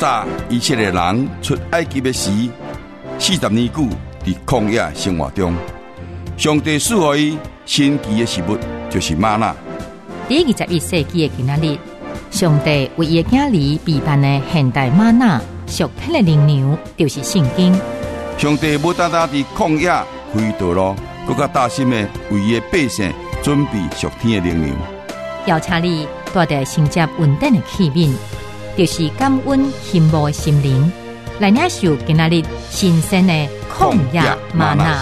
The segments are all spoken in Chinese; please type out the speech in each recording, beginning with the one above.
早以色列人出埃及的时，40年久伫曠野生活中，上帝赐予伊神奇的食物，就是吗哪。 第21世纪的今仔日，上帝为伊的囝儿备办的现代吗哪属天的灵粮，就是圣经。 上帝不单单伫曠野开道路，更加大心的为伊的百姓准备属天的灵粮。 邀请你带着承接稳定的器皿，就是感恩羡慕的心灵，来领受今仔日新鲜的曠野吗哪。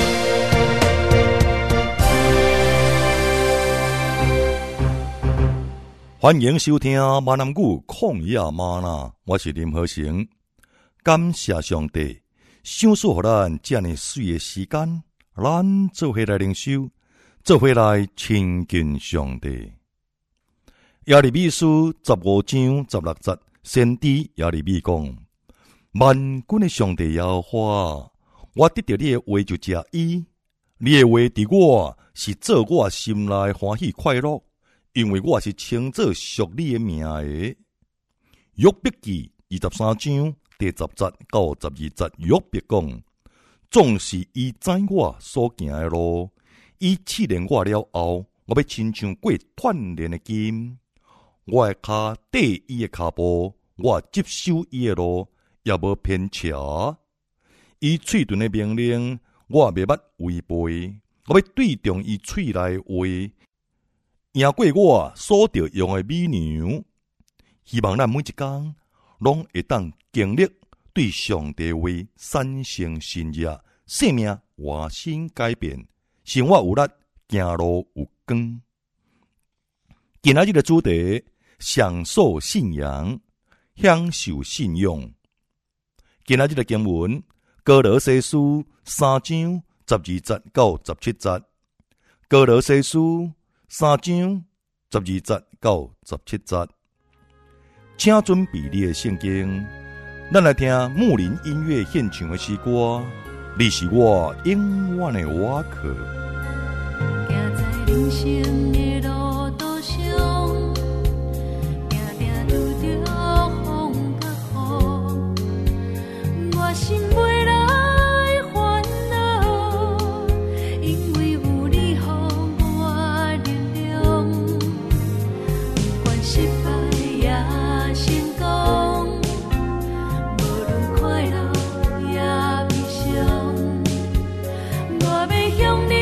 欢迎收听闽南语旷野吗哪，我是林和成。感谢上帝赏赐予咱这么水的时间，咱做伙来灵修，做伙来亲近上帝。耶利米书15章16节，先知耶利米讲：万军的上帝耶和华，我得到你的话就食伊，你的话伫我是做我心内欢喜快乐。因为我是称作属你的名的。约伯记23章第10節到12節，約伯講：總是伊知我所行的路，伊試煉我了後，我要親像過鍛鍊的金。我的腳硩伊的腳步，我接受伊的路，也無偏斜。伊喙唇的命令，我袂捌違背。我要對中伊喙內的話。贏過我所着用的美牛，希望咱每一天攏會當經歷對上帝話產生新熱，生命換新改變，生活有力，行路有光。今仔日的主題：享受信仰，享受信用。今仔日的經文：歌羅西書3章12節到17節。歌羅西書3章12節到17節，請準備你的聖經，咱來聽牧林音樂獻唱的詩歌。你是我永遠的倚靠。 行在人生的路途上，定定拄着風甲雨，我心袂來煩惱，因為有你予我力量，不管失敗也成功，無論快樂也悲傷，我要向你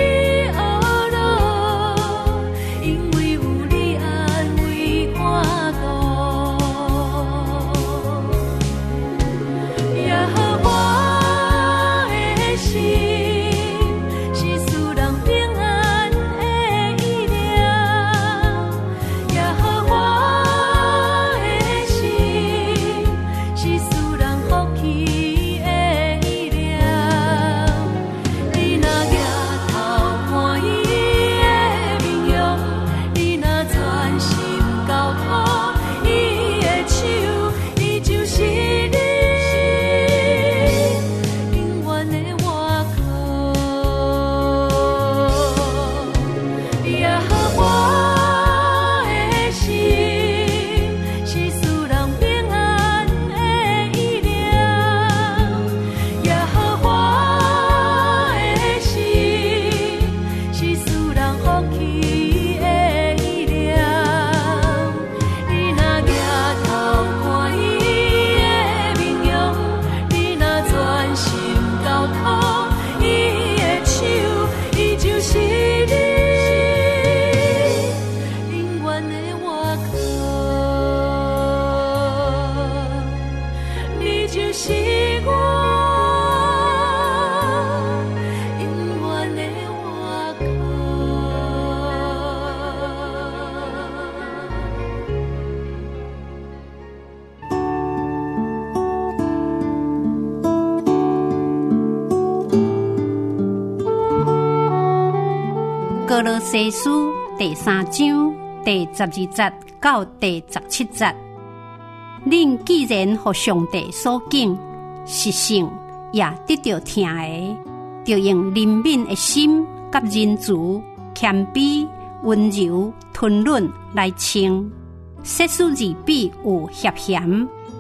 歌羅西書第3章第12節到第17節。恁既然互上帝所敬，實性也得到聽的，就用憐憫的心、甲仁慈、謙卑、溫柔、吞忍來稱。世事二比有協嫌，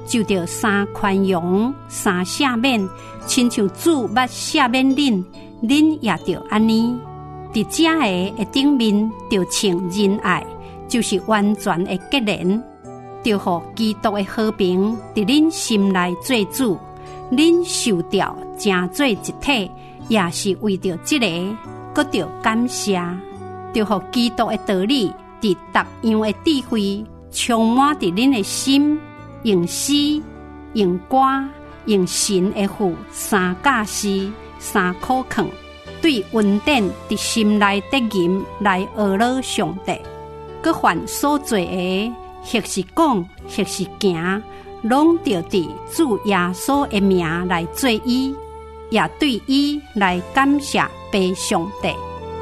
就着三宽容，三赦免，亲像主捌赦免恁，恁也着安尼。伫遮个顶面，着穿仁爱，就是完全的结连，着互基督的和平伫恁心内做主，恁受掉成做一体，也是为着这个，搁着感谢，着互基督的道理伫逐样的智慧充满伫恁的心，用诗、用歌、用神的父三架诗、三口劝，对恩典伫心内得吟来学乐上帝，搁凡所做的，或是讲，或是行，拢着伫主耶稣的名来做伊，也对伊来感谢爸上帝。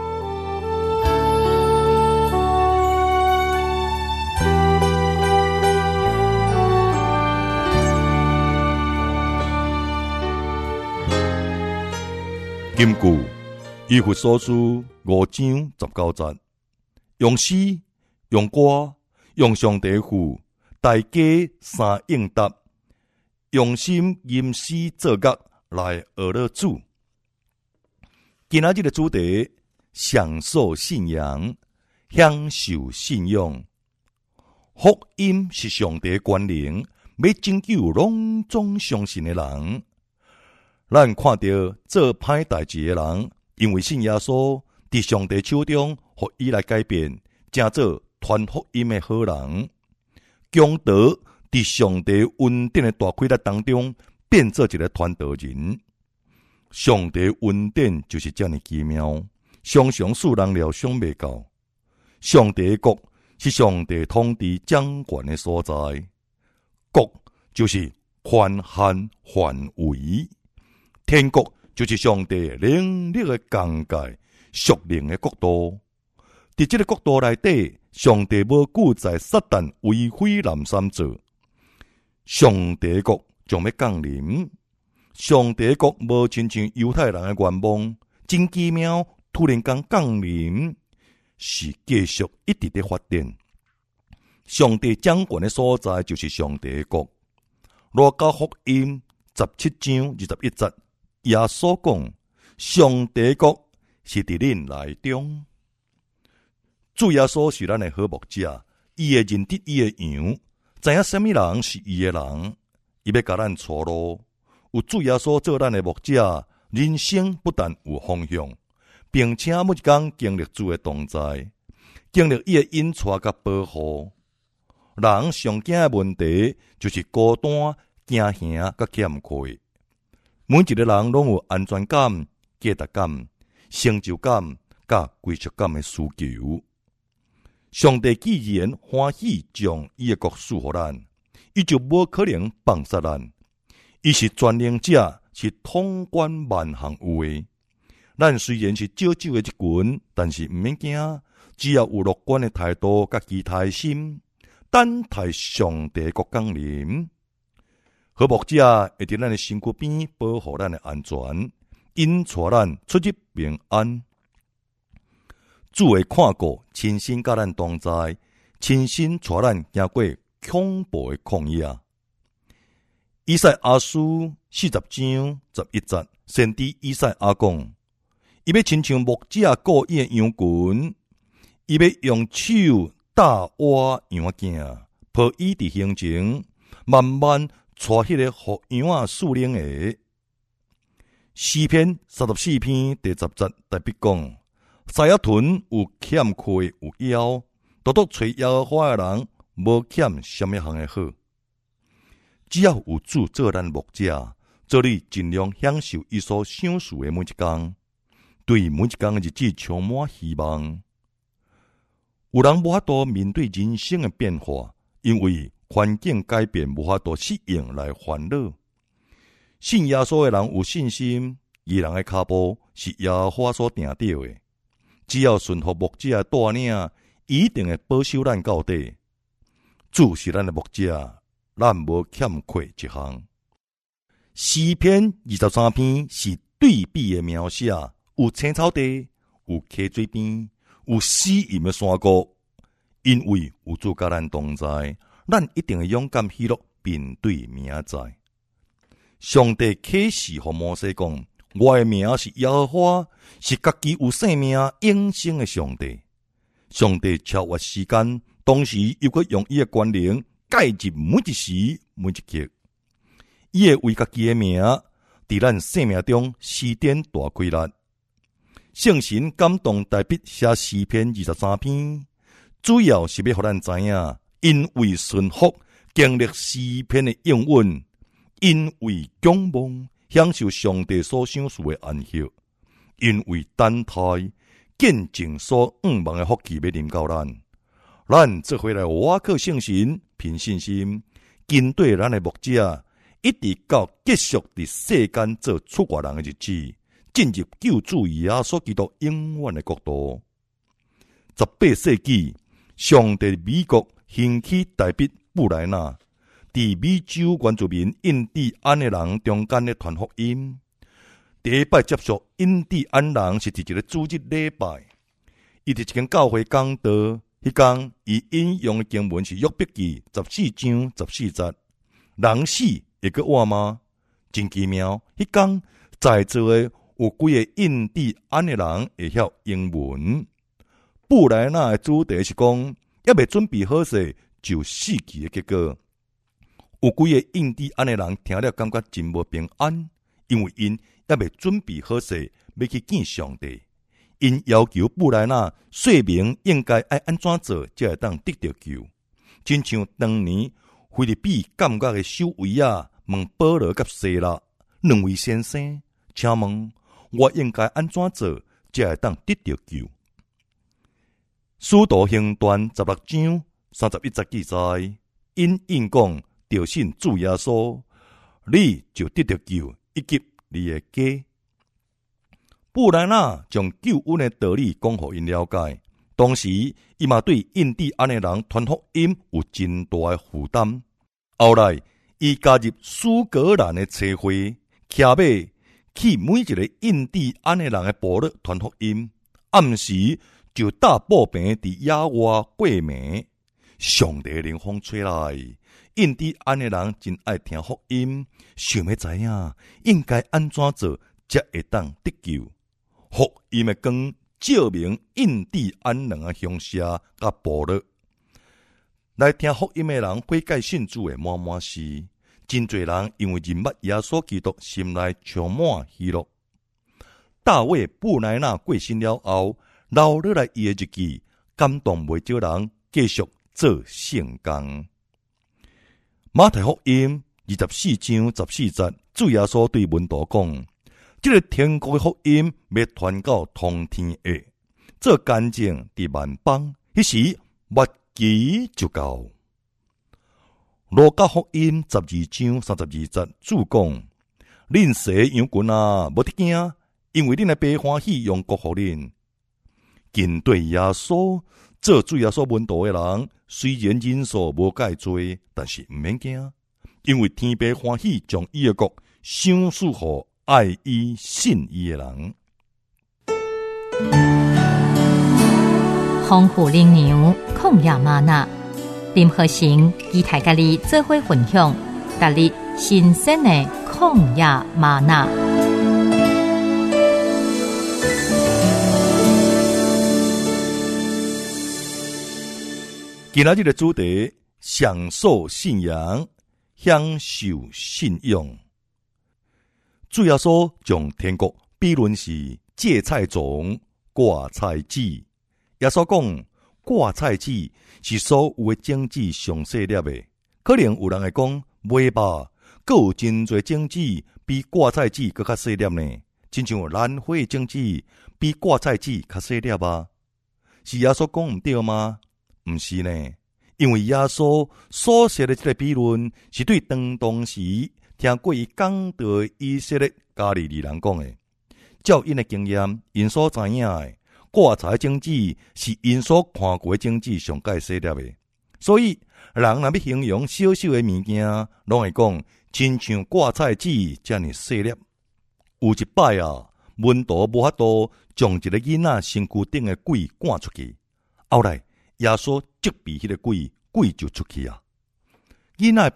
金句以弗所書5章19節，用詩、用歌、用上帝父，大家三應答，用心吟詩作樂來學樂主。今仔日的主題：享受信仰，享受信仰。福音是上帝權能，要拯救攏總相信的人。咱看到做歹代志的人，因為信耶穌，佇上帝手中，互伊來改變，成做傳福音的好人。強盜佇上帝恩典的大開力當中，變做一個傳道人。上帝恩典就是這麼奇妙，常常使人料想未到。上帝的國是上帝統治掌權的所在，國就是寬限範圍。天國就是上帝能力的境界，屬靈的國度。在這個國度內底，上帝無顧在撒旦為非南三者。上帝國將要降臨，上帝國無親像猶太人的願望，真奇妙，突然間降臨，是繼續一直的發展。上帝掌權的所在就是上帝國。路加福音17章21節。耶穌講：上帝國是佇恁內中。主耶穌是咱的好牧者，伊會認得伊的羊，知影什麼人是伊的人，伊要甲咱帶路。有主耶穌做咱的牧者，人生不但有方向，並且每一天經歷主的同在，經歷伊的引帶甲保護。人上驚的問題就是孤單、驚嚇甲欠缺。每一個人攏有安全感、價值感、成就感、甲歸屬感的需求。上帝既然歡喜將伊的國賜予咱，伊就無可能放殺咱。伊是全能者，是統管萬行有的。咱雖然是少少的一群，但是毋免驚，只要有樂觀的態度甲期待心，等待上帝國降臨。好牧者會佇咱的身軀邊保護咱的安全，引帶咱出入平安。主會看顧，親身甲咱同在，親身帶咱行過恐怖的曠野。以賽亞書40章11節，先知以賽亞講：伊要親像牧者顧伊的羊群，伊要用手搭挖羊囝，抱伊佇行前，慢慢帶迄個互羊仔屬靈的。詩篇34篇第10節特別講：西亞屯有欠缺有枵，獨獨找耶和華的人，無欠什麼項的好。只要有主做咱牧者，做你盡量享受伊所賞賜的每一天，對每一天的日子充滿希望。有人無法度面對人生的變化，因為環境改變無法度適應來煩惱。信耶穌的人有信心，義人的腳步是耶和華所定定的。只要順服牧者的帶領，一定會保守咱到底。主是咱的牧者，咱無欠缺一項。詩篇23篇是對比的描寫，有青草地，有溪水邊，有死蔭的山谷。因為有主甲咱同在，咱一定會勇敢喜樂， 面对明在。上帝启示互摩西讲，我的名是耶和华，是家己有生命永生的上帝。上帝超越时间，同时又搁用伊的权能介入每一时每一刻。伊会为家己的名伫咱生命中施展大规力。圣神感动大笔写诗篇23篇，主要是要互咱知影，因为顺服经历诗篇的应允，因为仰望享受上帝所赏赐的安息，因为等待见证所仰望的福气要临到咱。咱这回来挖靠圣神，凭信心跟对咱的牧者，一直到结束伫世间做出外人的日子，进入救主耶稣基督永远的国度。18世纪，上帝美国兴起大笔布莱纳，伫美洲原住民印第安的人中间的传福音。第一摆接触印第安人是伫一个主日礼拜，伊伫一间教会讲道，迄天伊引用的经文是约伯记14章14节，人死会阁活吗？真奇妙！迄天在座的有几个印第安的人会晓英文。布莱纳的主题是讲，还未准备好势就死去的结果。有几个印第安的人听了感觉真无平安，因为因还未准备好势要去见上帝。因要求布莱纳说明应该爱安怎做才会当得到救。亲像当年菲律宾监狱的守卫问保罗甲西拉两位先生，请问我应该安怎做才会当得到救？使徒行传16章31节记载，因应讲着信主耶稣，你就得到救，以及你的家。布莱纳将救恩的道理讲互因了解，同时伊嘛对印第安的人传福音有真大的负担。后来伊加入苏格兰的车会，骑马去每一个印第安的人的部落传福音，暗时就搭步平伫野外过暝。上帝灵风吹来，印第安的人真爱听福音，想要知影应该安怎做才会当得救。福音的光照明印第安人的乡下甲部落，来听福音的人悔改信主的满满是，真侪人因为认捌耶稣基督，心内充满喜乐。大卫布莱纳过身了后，留落来伊的日记，感动袂少人继续做圣工。马太福音24章14节，主耶稣对门徒讲：这个天国的福音要传到通天下，做见证伫万邦，迄时末期就到。路加福音12章32节，主讲：恁西羊群无得惊，因为恁的爸欢喜用国互恁。跟对耶稣做主耶稣门徒的人，虽然人数无介多，但是毋免惊，因为天父欢喜将伊的国赏赐予爱伊信伊的人。 丰富灵粮，曠野吗哪，林和成与大家己做伙分享，逐日新鲜的曠野吗哪。 今仔日的主题：享受信仰，享受信用。主耶稣将天国比论是芥菜种、芥菜籽。耶稣讲，芥菜籽是所有的种子上细粒的。可能有人会讲，袂吧，阁有真侪种子比芥菜籽阁较细粒呢。亲像兰花的种子比芥菜籽较细粒啊？是耶稣讲毋对吗？毋是呢，因为耶稣所说的这个比论是对当时听过伊讲道的以色列加利利人讲的。照因的经验，因所知影的芥菜种子是因所看过的种子上介细粒的，所以人若要形容小小的物件，拢会讲亲像芥菜籽遮尔细粒。有一摆门徒无法度将一个囡仔身躯顶的鬼赶出去，后来耶稣击毙迄个鬼，鬼就出去啊。囡仔病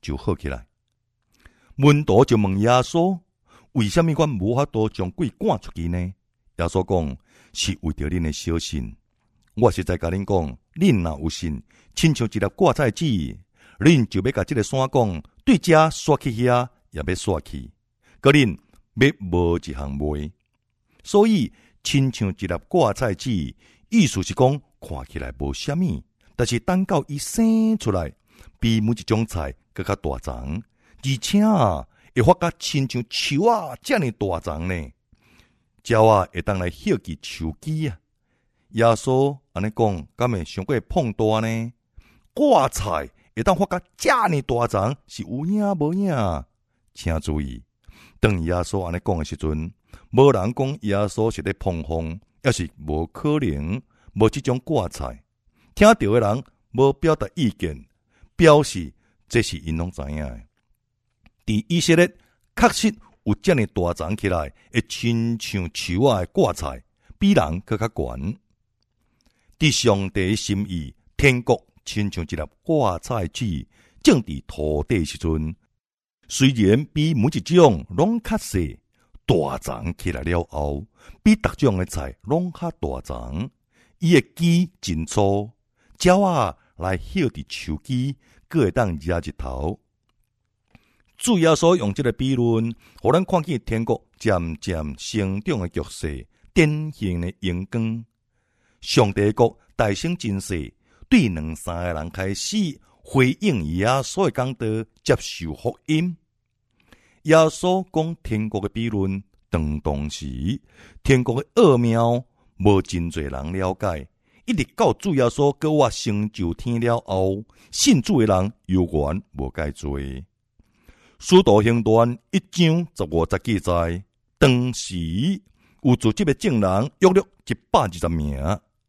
就好起来。门徒就问耶稣：为什么阮无法度将鬼赶出去呢？耶稣讲：是为着恁的小信。我实在甲恁讲，恁若有信，亲像一粒芥菜籽，恁就要甲这个山讲，对遮刷去遐，也要刷去。个恁要无一项袂。所以亲像一粒芥菜籽，意思是讲看起来无啥物，但是等到伊生出来，比每一种菜更较大丛，而且会发甲亲像树啊遮尔大丛呢。鸟啊会当来捡起树枝啊。耶稣安尼讲，敢会伤过碰大呢？芥菜会当发甲遮尔大丛，是有影无影？请注意，当耶稣安尼讲的时阵，无人讲耶稣是咧碰风，也是无可能无即种芥菜。听到的人无表达意见，表示这是因拢知影的。伫以色列确实有遮尔大丛起来，会亲像树啊的芥菜，比人更较悬。伫上帝的心意，天国亲像一粒芥菜籽，种伫土地时阵，虽然比每一种拢较细，大丛起来了后，比逐种的菜拢较大丛。伊的枝真粗，鸟啊来捡伫树枝，佫会当惹日头。主耶稣用这个比论，互咱看见天国渐渐成长的局势，典型的阳光。上帝国大兴真势，对2-3个人开始回应耶稣的讲道，接受福音。耶稣讲天国的比论，当时天国的奥妙无真侪人了解，一直到主耶稣搁我成就天了后，信主的人犹原无介多。使徒行传1章15节记载，当时有组织的证人约略120名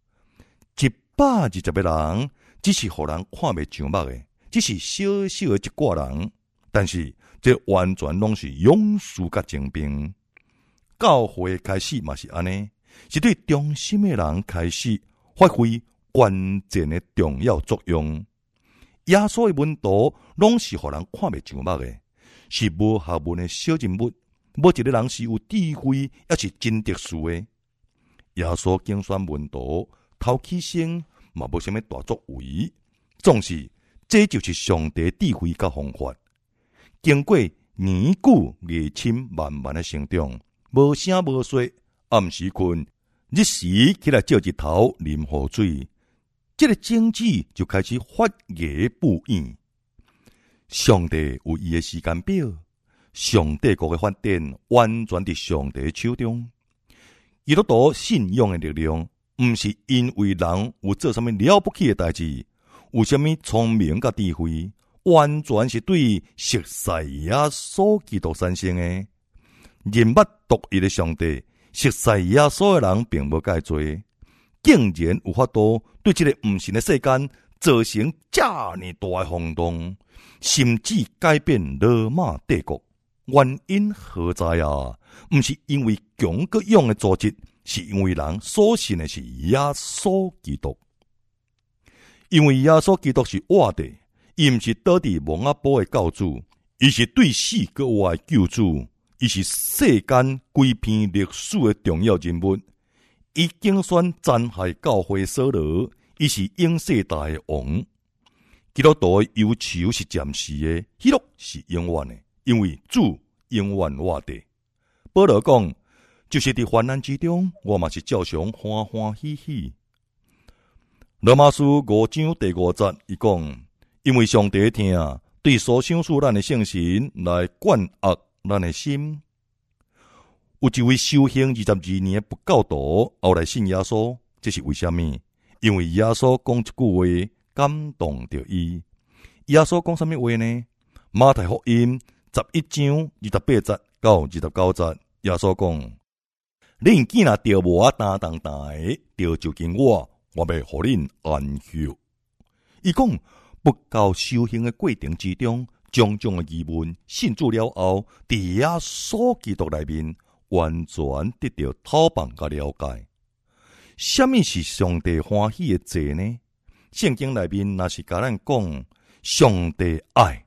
，120个人只是互人看袂上目的，只是小小的一挂人，但是这完全拢是勇士甲精兵。教会开始嘛是安尼，是对忠心的人开始发挥关键的重要作用。耶稣的门徒拢是互人看袂上目的，是无学问的小人物，无一个人是有智慧，也是真特殊的。耶稣竞选门徒，头起先嘛无啥物大作为，总是这就是上帝智慧甲方法。经过年久月深慢慢的成长，无声无说，暗时困，日时起来照日头淋雨水，这个经济就开始发芽不厌。上帝有伊的时间表，上帝国的发展完全伫上帝的手中。基督徒信仰的力量，毋是因为人有做啥物了不起的代志，有啥物聪明甲智慧，完全是对熟悉耶稣基督产生的。人物独一的上帝，熟悉耶稣的人并无介多，竟然有法度对这个毋信的世间造成这么大的轰动，甚至改变罗马帝国。原因何在啊？毋是因为强国勇的组织，是因为人所信的是耶稣基督。因为耶稣基督是活的，伊毋是倒伫蒙阿波的教主，伊是对死搁活的救主，伊是世间规篇历史的重要人物。伊竞选残害教会扫罗，伊是永世代的王。基督徒的忧愁是暂时的，喜乐是永远的，因为主永远活着。保罗讲，就是伫患难之中，我嘛是照常欢欢喜喜。罗马书5章第5节，伊讲，因为上帝听对所赏赐咱的圣神来灌压咱的心。有一位修行22年的不教徒后来信耶稣，这是为什么？因为耶稣讲一句话感动着伊。耶稣讲什么话呢？马太福音11章28节到29节，耶稣讲：恁囝若着无担当的，着就近我要互恁安息。伊讲，不教修行的过程之中，种种的疑问，信主了后，伫耶稣基督内面，完全得到讨棒甲了解。什么是上帝欢喜的罪呢？圣经内面若是甲咱讲，上帝爱，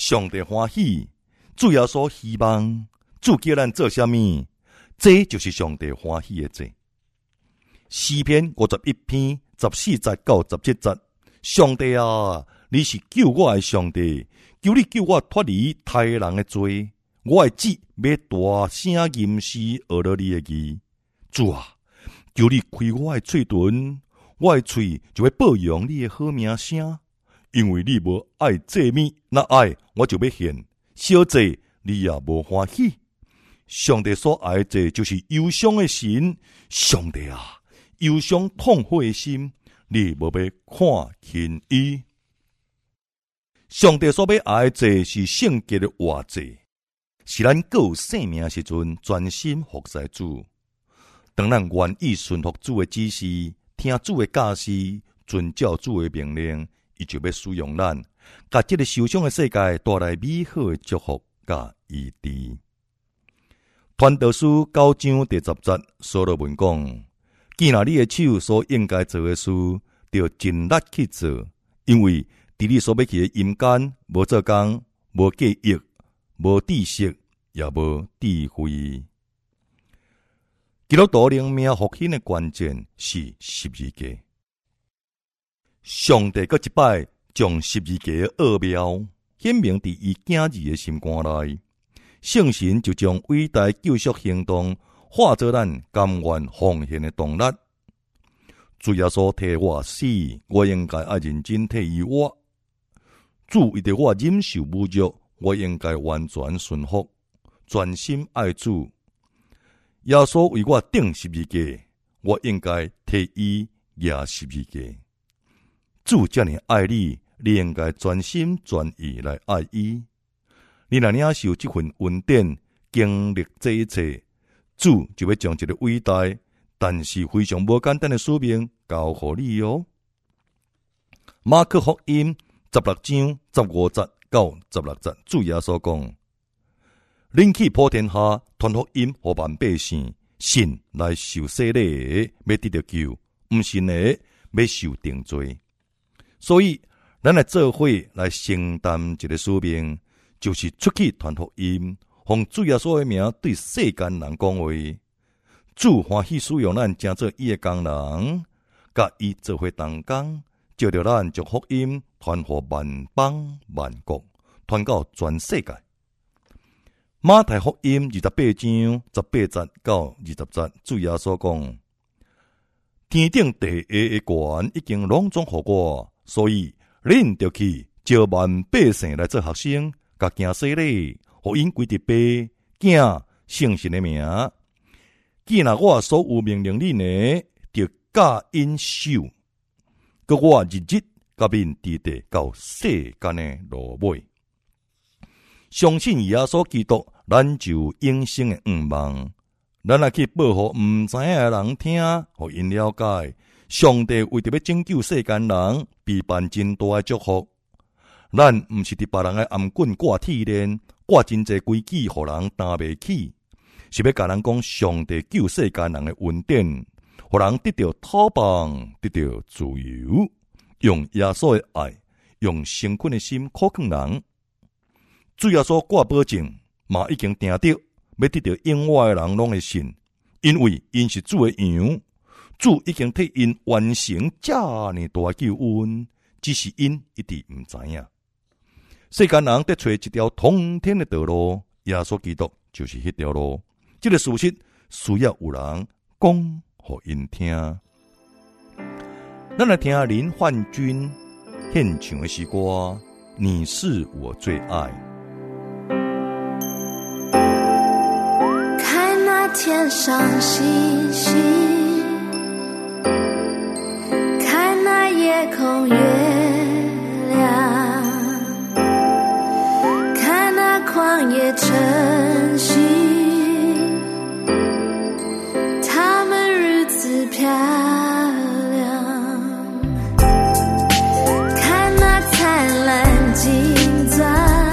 上帝欢喜，主耶稣希望，主叫咱做啥物，这就是上帝欢喜的这。诗篇51篇14节到17节，上帝啊，你是救我的上帝，求你救我脱离害人的罪，我的舌要大声吟诗学了你的义。主啊，求你开我的嘴唇，我的嘴就要报扬你的好名声。因为你无爱祭物，那爱我就要献，小祭你也无欢喜。上帝所爱的祭就是忧伤的心，上帝啊，忧伤痛悔的心，你无要看轻伊。上帝所要爱的祭是圣洁的活祭，是咱各有生命的时阵专心服侍主。当咱愿意顺服主的指示，听主的教示，遵照主的命令，伊就要使用咱，甲这个受伤的世界带来美好的祝福甲医治。传道书9章第10节，所罗门讲：既然你的手所应该做的事，就尽力去做，因为伫你所要去的阴间，无做工，无计益，无知识，也无智慧。基督徒灵命复兴的关键是十字架。上帝搁一摆将十字架的奥妙显明伫伊囝儿的心肝内，圣神就将伟大救赎行动化作咱甘愿奉献的动力。主耶稣替我死，我应该爱认真替伊活。主为着我忍受侮辱，我应该完全顺服，专心爱主。耶稣为我钉十字架，我应该替伊举十字架。主这么爱你，你应该专心全意来爱伊。你若领受这份恩典，经历这一切，主就要将这个伟大但是非常无简单的使命交予你哦。马可福音16章15节到16节，主耶稣讲：恁去普天下传福音予万百姓，信来受洗礼的要得到救，毋信的要受定罪。所以，咱来做伙来承担一个使命，就是出去传福音，奉主耶稣的名对世间人讲话。主欢喜使用咱成做伊的工人，甲伊做伙同工，照着咱将福音传予万邦万国，传到全世界。马太福音28章18节到20节，主耶稣讲：天顶地下的权已经拢总予我，所以恁就去招万百姓来做学生，甲行洗礼，互因归伫爸、囝、圣神的名。既然我所有命令恁的，就教因守，佮我日日甲恁伫地到世间的落尾。相信耶稣基督，咱就永生的愿望。咱来去报互毋知影的人听，互因了解，上帝为着要拯救世间人，备办真大的祝福。咱毋是伫别人的颔棍挂铁链，挂真侪规矩，互人担袂起，是要甲人讲上帝救世间人的恩典，互人得到讨棒，得到自由，用耶稣的爱，用诚恳的心靠近人。主耶稣挂保证，嘛已经定得，要得到永远的人拢会信，因为因是主的羊，主已经替因完成这么大救恩，只是因一直毋知影。世间人得找一条通天的道路，耶稣基督就是迄条路。这个事实需要有人讲互因听。咱来听林焕君献唱的诗歌《你是我最爱》。 看那天上星星，看那夜空月亮，看那旷野晨曦，它们如此漂亮，看那灿烂金钻，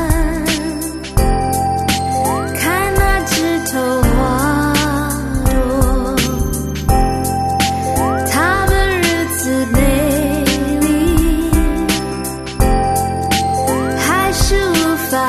看那枝头花朵，它们如此美丽，还是无法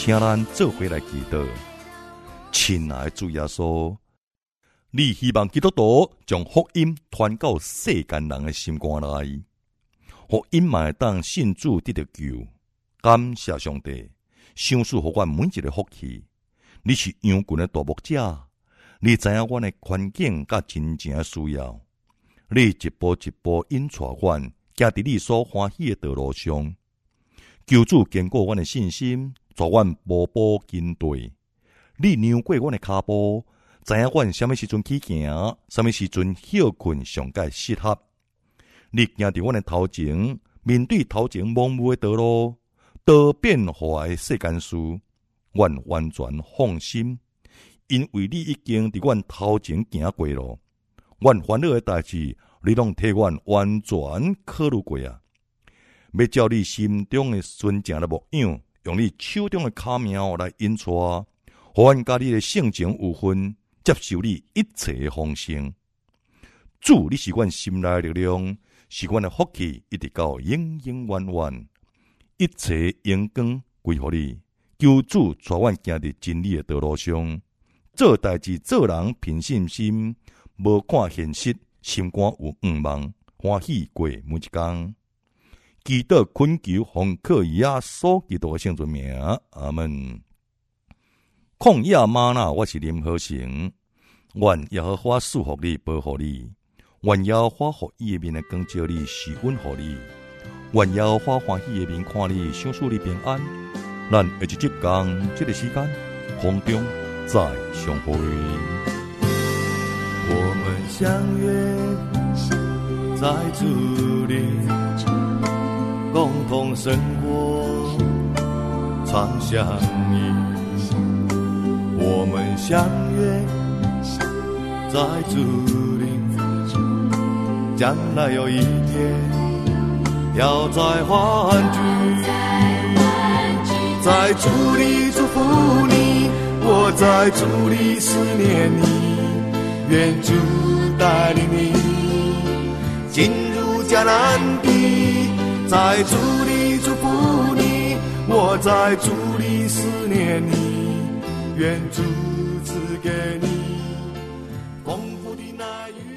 请咱做伙来祈祷。亲爱的主耶稣，你希望基督徒将福音传到世间人的心肝内，互因嘛会当信主得到救。感谢上帝，赏赐互阮每一个福气。你是羊群的大牧者，你知影阮的环境甲真正的需要，你一步一步引带阮行伫你所欢喜的道路上。求主坚固阮的信心，带阮步步跟对。你让过阮的骹步，知影阮什么时阵起行，什么时阵休困上界适合。你行伫阮的头前，面对头前茫雾的道路，多变化的世间事，阮完全放心，因为你已经伫阮头前行过咯。阮烦恼的代志，你拢替阮完全考虑过啊！要照你心中的纯正的模样，用你手中的巧妙来引带，互阮甲你的性情有分，接受你一切的丰盛。主，你是阮心内的力量，是阮的福气，一直到永永远远。一切荣光归乎你。求主带阮行伫真理的道路上，做代志做人凭信心，无看现实，心肝有愿望，欢喜过每一天。祈祷恳求奉靠耶稣基督的圣尊名，阿门。旷野吗哪，我是林和成。愿耶和华赐福你，保护你；愿耶和华互伊的面来光照你，施恩互你；愿耶和华欢喜的面看你，赏赐你平安。咱下一集讲这个时间，空中再相会。 我们相约在主里，共同生活，常相依。我们相约在主里，将来有一天要再欢聚。在主里祝福你，我在主里思念你，愿主带领你进入迦南地。在主里祝福你，我在主里思念你，愿主赐给你丰富的奶与